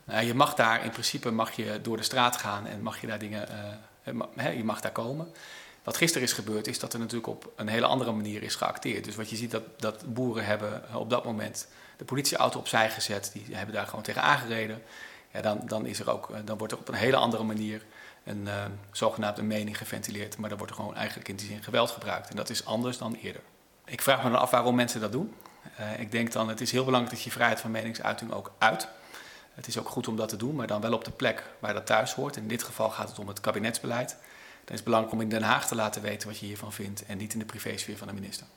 Je mag daar in principe door de straat gaan en mag je daar dingen, je mag daar komen. Wat gisteren is gebeurd is dat er natuurlijk op een hele andere manier is geacteerd. Dus wat je ziet dat boeren hebben op dat moment de politieauto opzij gezet. Die hebben daar gewoon tegen aangereden. Ja, dan wordt er op een hele andere manier een zogenaamde mening geventileerd. Maar dan wordt er gewoon eigenlijk in die zin geweld gebruikt. En dat is anders dan eerder. Ik vraag me dan af waarom mensen dat doen. Ik denk dan, het is heel belangrijk dat je vrijheid van meningsuiting ook uit. Het is ook goed om dat te doen, maar dan wel op de plek waar dat thuis hoort. In dit geval gaat het om het kabinetsbeleid. Dan is het belangrijk om in Den Haag te laten weten wat je hiervan vindt en niet in de privésfeer van de minister.